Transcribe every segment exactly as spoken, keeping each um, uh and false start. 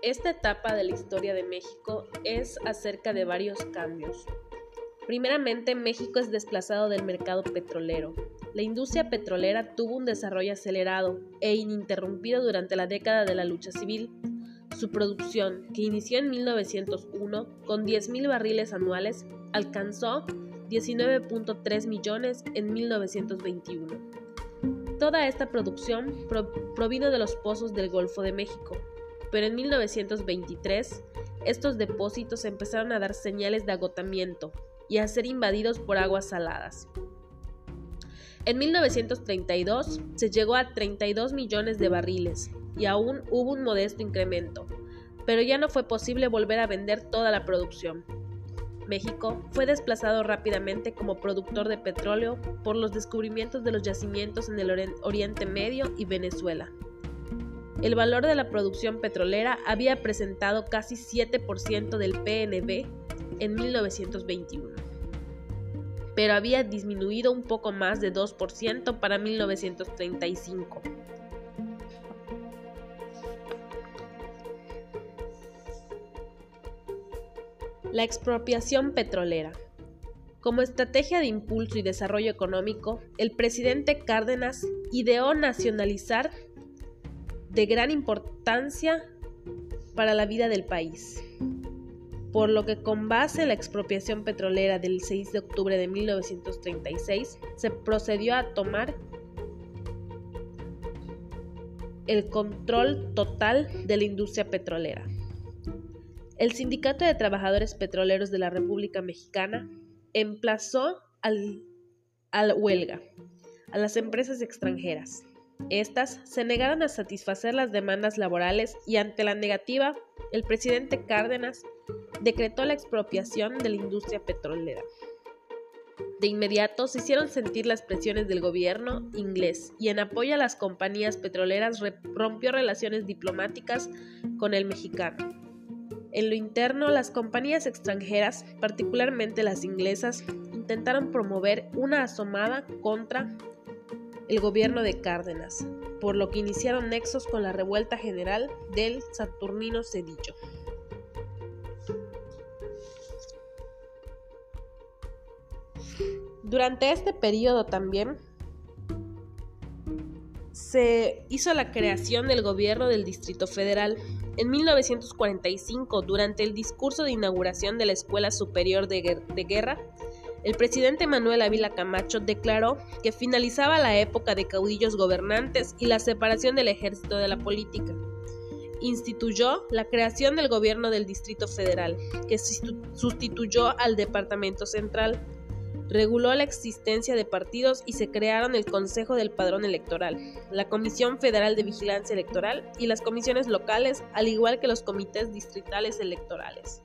Esta etapa de la historia de México es acerca de varios cambios. Primeramente, México es desplazado del mercado petrolero. La industria petrolera tuvo un desarrollo acelerado e ininterrumpido durante la década de la lucha civil. Su producción, que inició en mil novecientos uno con diez mil barriles anuales, alcanzó diecinueve punto tres millones en mil novecientos veintiuno. Toda esta producción pro- provino de los pozos del Golfo de México, pero en mil novecientos veintitrés estos depósitos empezaron a dar señales de agotamiento y a ser invadidos por aguas saladas. En mil novecientos treinta y dos se llegó a treinta y dos millones de barriles y aún hubo un modesto incremento, pero ya no fue posible volver a vender toda la producción. México fue desplazado rápidamente como productor de petróleo por los descubrimientos de los yacimientos en el Oriente Medio y Venezuela. El valor de la producción petrolera había presentado casi siete por ciento del P N B en mil novecientos veintiuno, pero había disminuido un poco más de dos por ciento para mil novecientos treinta y cinco. La expropiación petrolera. Como estrategia de impulso y desarrollo económico, el presidente Cárdenas ideó nacionalizar de gran importancia para la vida del país, por lo que con base en la expropiación petrolera del seis de octubre de mil novecientos treinta y seis se procedió a tomar el control total de la industria petrolera. El Sindicato de Trabajadores Petroleros de la República Mexicana emplazó al, a la huelga a las empresas extranjeras. Estas se negaron a satisfacer las demandas laborales y ante la negativa, el presidente Cárdenas decretó la expropiación de la industria petrolera. De inmediato se hicieron sentir las presiones del gobierno inglés y en apoyo a las compañías petroleras rompió relaciones diplomáticas con el mexicano. En lo interno, las compañías extranjeras, particularmente las inglesas, intentaron promover una asomada contra el gobierno de Cárdenas, por lo que iniciaron nexos con la revuelta general del Saturnino Cedillo. Durante este periodo también se hizo la creación del gobierno del Distrito Federal. En mil novecientos cuarenta y cinco, durante el discurso de inauguración de la Escuela Superior de, Guer- de Guerra, el presidente Manuel Ávila Camacho declaró que finalizaba la época de caudillos gobernantes y la separación del ejército de la política. Instituyó la creación del gobierno del Distrito Federal, que sustituyó al Departamento Central. Reguló la existencia de partidos y se crearon el Consejo del Padrón Electoral, la Comisión Federal de Vigilancia Electoral y las comisiones locales, al igual que los comités distritales electorales.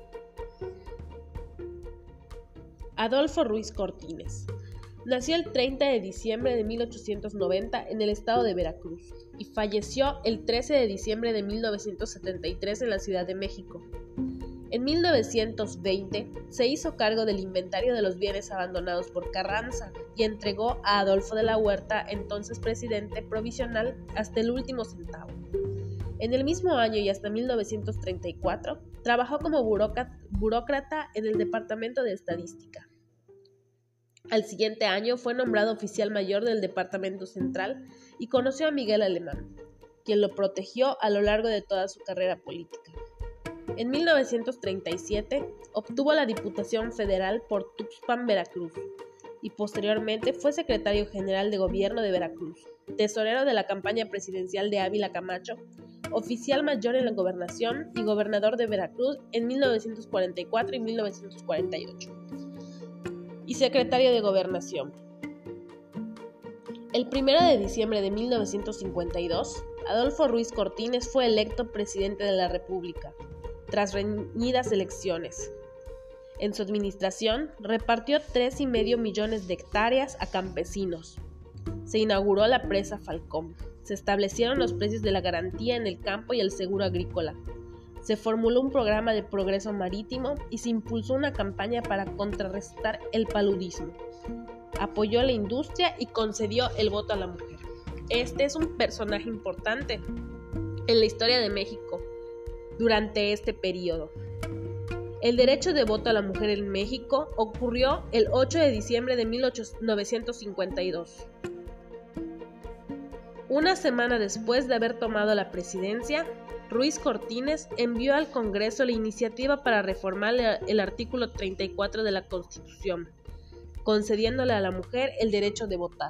Adolfo Ruiz Cortines nació el treinta de diciembre de mil ochocientos noventa en el estado de Veracruz y falleció el trece de diciembre de mil novecientos setenta y tres en la Ciudad de México. En mil novecientos veinte se hizo cargo del inventario de los bienes abandonados por Carranza y entregó a Adolfo de la Huerta, entonces presidente provisional, hasta el último centavo. En el mismo año y hasta mil novecientos treinta y cuatro trabajó como burócrata en el Departamento de Estadística. Al siguiente año fue nombrado oficial mayor del Departamento Central y conoció a Miguel Alemán, quien lo protegió a lo largo de toda su carrera política. En mil novecientos treinta y siete obtuvo la Diputación Federal por Tuxpan, Veracruz, y posteriormente fue secretario general de Gobierno de Veracruz, tesorero de la campaña presidencial de Ávila Camacho, oficial mayor en la gobernación y gobernador de Veracruz en mil novecientos cuarenta y cuatro y mil novecientos cuarenta y ocho, y secretario de Gobernación. El primero de diciembre de mil novecientos cincuenta y dos, Adolfo Ruiz Cortines fue electo presidente de la República, tras reñidas elecciones. En su administración, repartió tres y medio millones de hectáreas a campesinos. Se inauguró la presa Falcón. Se establecieron los precios de la garantía en el campo y el seguro agrícola. Se formuló un programa de progreso marítimo y se impulsó una campaña para contrarrestar el paludismo. Apoyó la industria y concedió el voto a la mujer. Este es un personaje importante en la historia de México, durante este periodo. El derecho de voto a la mujer en México ocurrió el ocho de diciembre de mil novecientos cincuenta y dos. Una semana después de haber tomado la presidencia, Ruiz Cortines envió al Congreso la iniciativa para reformar el artículo treinta y cuatro de la Constitución, concediéndole a la mujer el derecho de votar.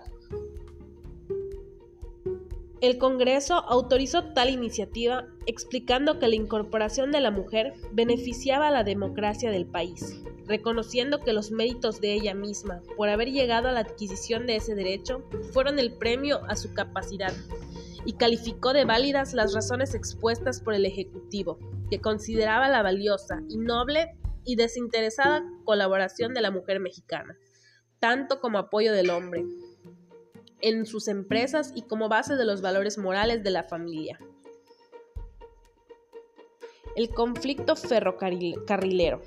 El Congreso autorizó tal iniciativa, explicando que la incorporación de la mujer beneficiaba a la democracia del país, reconociendo que los méritos de ella misma por haber llegado a la adquisición de ese derecho fueron el premio a su capacidad, y calificó de válidas las razones expuestas por el Ejecutivo, que consideraba la valiosa y noble y desinteresada colaboración de la mujer mexicana, tanto como apoyo del hombre en sus empresas y como base de los valores morales de la familia. El conflicto ferrocarrilero.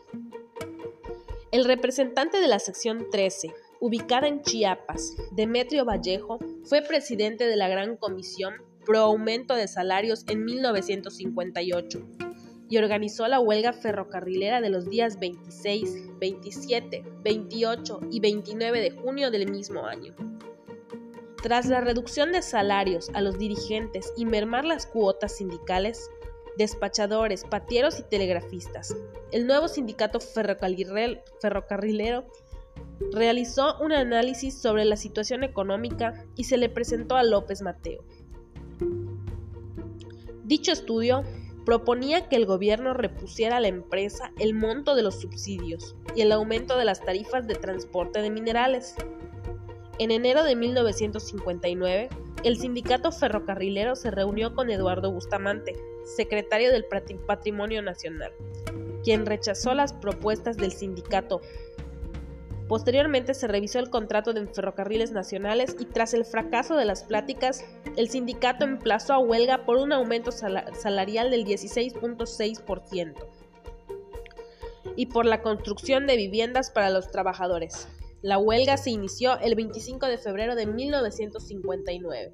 El representante de la sección trece, ubicada en Chiapas, Demetrio Vallejo, fue presidente de la Gran Comisión pro aumento de salarios en mil novecientos cincuenta y ocho y organizó la huelga ferrocarrilera de los días veintiséis, veintisiete, veintiocho y veintinueve de junio del mismo año. Tras la reducción de salarios a los dirigentes y mermar las cuotas sindicales, despachadores, patieros y telegrafistas, el nuevo sindicato ferrocarrilero realizó un análisis sobre la situación económica y se le presentó a López Mateo. Dicho estudio proponía que el gobierno repusiera a la empresa el monto de los subsidios y el aumento de las tarifas de transporte de minerales. En enero de mil novecientos cincuenta y nueve, el sindicato ferrocarrilero se reunió con Eduardo Bustamante, secretario del Patrimonio Nacional, quien rechazó las propuestas del sindicato. Posteriormente se revisó el contrato de Ferrocarriles Nacionales y tras el fracaso de las pláticas, el sindicato emplazó a huelga por un aumento sal- salarial del dieciséis punto seis por ciento y por la construcción de viviendas para los trabajadores. La huelga se inició el veinticinco de febrero de mil novecientos cincuenta y nueve.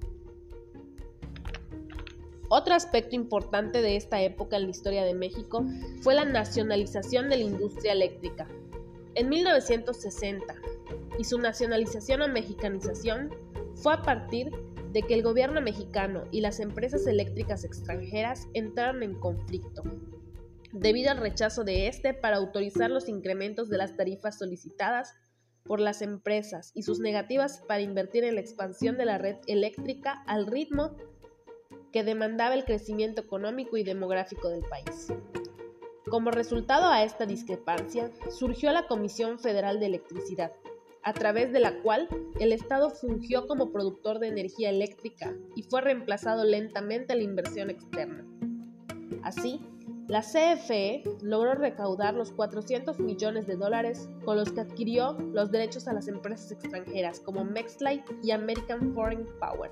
Otro aspecto importante de esta época en la historia de México fue la nacionalización de la industria eléctrica. En mil novecientos sesenta, y su nacionalización o mexicanización fue a partir de que el gobierno mexicano y las empresas eléctricas extranjeras entraron en conflicto, debido al rechazo de este para autorizar los incrementos de las tarifas solicitadas por las empresas y sus negativas para invertir en la expansión de la red eléctrica al ritmo que demandaba el crecimiento económico y demográfico del país. Como resultado a esta discrepancia, surgió la Comisión Federal de Electricidad, a través de la cual el Estado fungió como productor de energía eléctrica y fue reemplazado lentamente la inversión externa. Así, la C F E logró recaudar los cuatrocientos millones de dólares con los que adquirió los derechos a las empresas extranjeras como Mexlight y American Foreign Power.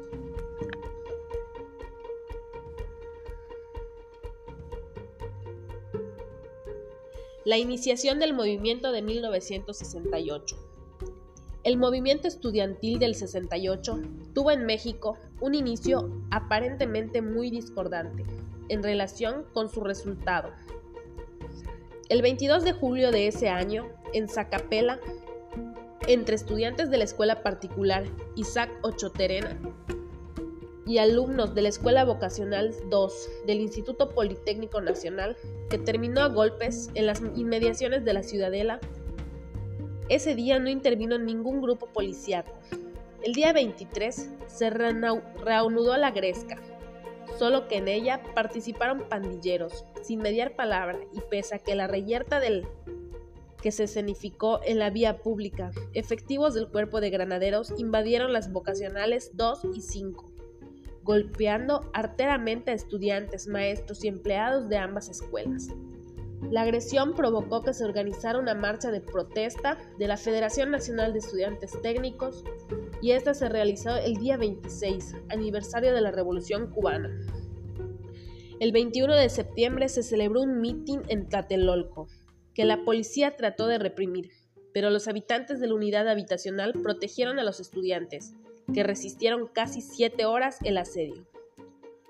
La iniciación del movimiento de mil novecientos sesenta y ocho. El movimiento estudiantil del sesenta y ocho tuvo en México un inicio aparentemente muy discordante en relación con su resultado. El veintidós de julio de ese año, en Zacapela, entre estudiantes de la escuela particular Isaac Ochoa Terena y alumnos de la Escuela Vocacional dos del Instituto Politécnico Nacional, que terminó a golpes en las inmediaciones de la Ciudadela, ese día no intervino ningún grupo policíaco. El día veintitrés se reanudó la gresca, solo que en ella participaron pandilleros, sin mediar palabra, y pese a que la reyerta del que se escenificó en la vía pública, efectivos del cuerpo de granaderos invadieron las vocacionales dos y cinco, golpeando arteramente a estudiantes, maestros y empleados de ambas escuelas. La agresión provocó que se organizara una marcha de protesta de la Federación Nacional de Estudiantes Técnicos y esta se realizó el día veintiséis, aniversario de la Revolución Cubana. El veintiuno de septiembre se celebró un mitin en Tlatelolco, que la policía trató de reprimir, pero los habitantes de la unidad habitacional protegieron a los estudiantes, que resistieron casi siete horas el asedio.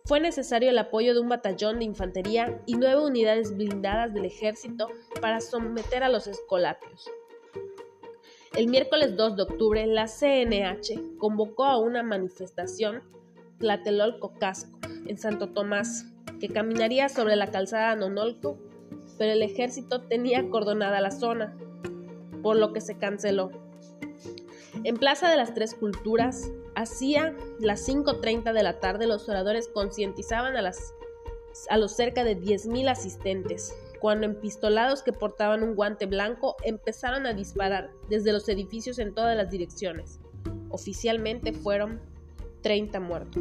fue necesario el apoyo de un batallón de infantería y nueve unidades blindadas del ejército para someter a los escolapios. El miércoles dos de octubre, la C N H convocó a una manifestación Tlatelolco-Casco en Santo Tomás, que caminaría sobre la calzada Nonolco, pero el ejército tenía acordonada la zona, por lo que se canceló. En Plaza de las Tres Culturas, hacia las cinco treinta de la tarde, los oradores concientizaban a, las, a los cerca de diez mil asistentes, cuando empistolados que portaban un guante blanco empezaron a disparar desde los edificios en todas las direcciones. Oficialmente fueron treinta muertos.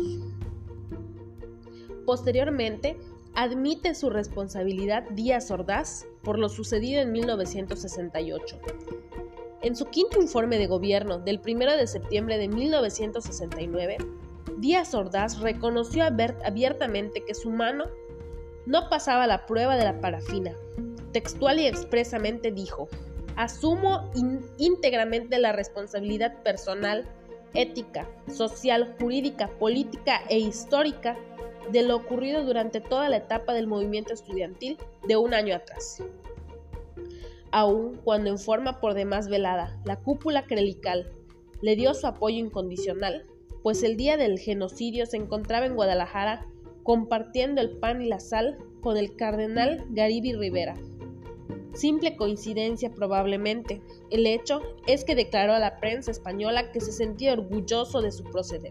Posteriormente, admite su responsabilidad Díaz Ordaz por lo sucedido en mil novecientos sesenta y ocho. En su quinto informe de gobierno del primero de septiembre de mil novecientos sesenta y nueve, Díaz Ordaz reconoció abiertamente que su mano no pasaba la prueba de la parafina. Textual y expresamente dijo: «Asumo in- íntegramente la responsabilidad personal, ética, social, jurídica, política e histórica de lo ocurrido durante toda la etapa del movimiento estudiantil de un año atrás». Aun cuando en forma por demás velada, la cúpula clerical le dio su apoyo incondicional, pues el día del genocidio se encontraba en Guadalajara compartiendo el pan y la sal con el cardenal Garibi Rivera. Simple coincidencia probablemente, el hecho es que declaró a la prensa española que se sentía orgulloso de su proceder.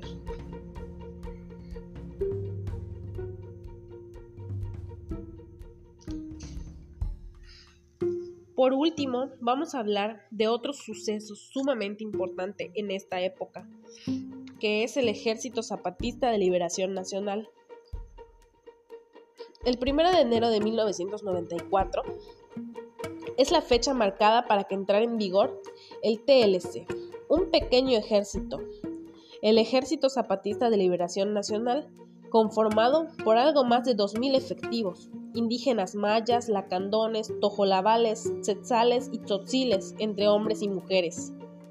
Por último, vamos a hablar de otro suceso sumamente importante en esta época, que es el Ejército Zapatista de Liberación Nacional. El primero de enero de mil novecientos noventa y cuatro es la fecha marcada para que entrara en vigor el T L C, un pequeño ejército, el Ejército Zapatista de Liberación Nacional, conformado por algo más de dos mil efectivos, indígenas mayas, lacandones, tojolabales, tzetzales y tzotziles, entre hombres y mujeres.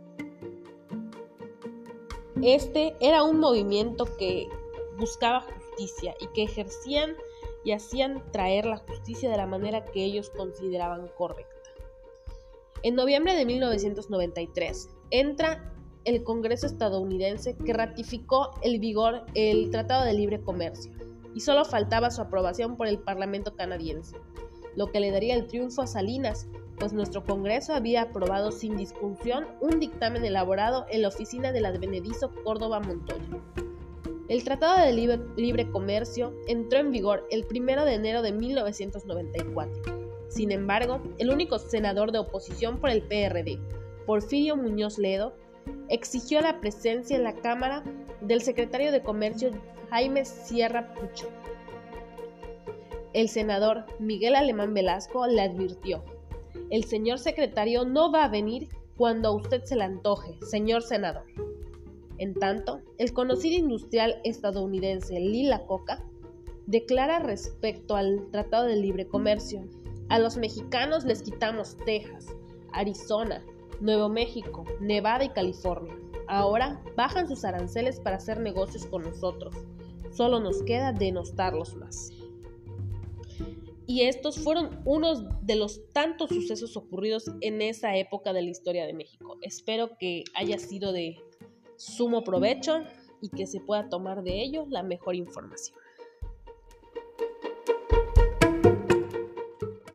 Este era un movimiento que buscaba justicia y que ejercían y hacían traer la justicia de la manera que ellos consideraban correcta. En noviembre de mil novecientos noventa y tres entra el Congreso estadounidense, que ratificó el vigor el Tratado de Libre Comercio, y solo faltaba su aprobación por el Parlamento canadiense, lo que le daría el triunfo a Salinas, pues nuestro Congreso había aprobado sin discusión un dictamen elaborado en la oficina del advenedizo Córdoba Montoya. El Tratado de Libre, Libre Comercio entró en vigor el primero de enero de mil novecientos noventa y cuatro. Sin embargo, el único senador de oposición por el P R D, Porfirio Muñoz Ledo, exigió la presencia en la Cámara del secretario de Comercio Jaime Sierra Pucho. El senador Miguel Alemán Velasco le advirtió: «El señor secretario no va a venir cuando a usted se le antoje, señor senador». En tanto, el conocido industrial estadounidense Lila Coca declara respecto al Tratado de Libre Comercio: «A los mexicanos les quitamos Texas, Arizona, Nuevo México, Nevada y California. Ahora bajan sus aranceles para hacer negocios con nosotros. Solo nos queda denostarlos más». Y estos fueron unos de los tantos sucesos ocurridos en esa época de la historia de México. Espero que haya sido de sumo provecho y que se pueda tomar de ello la mejor información.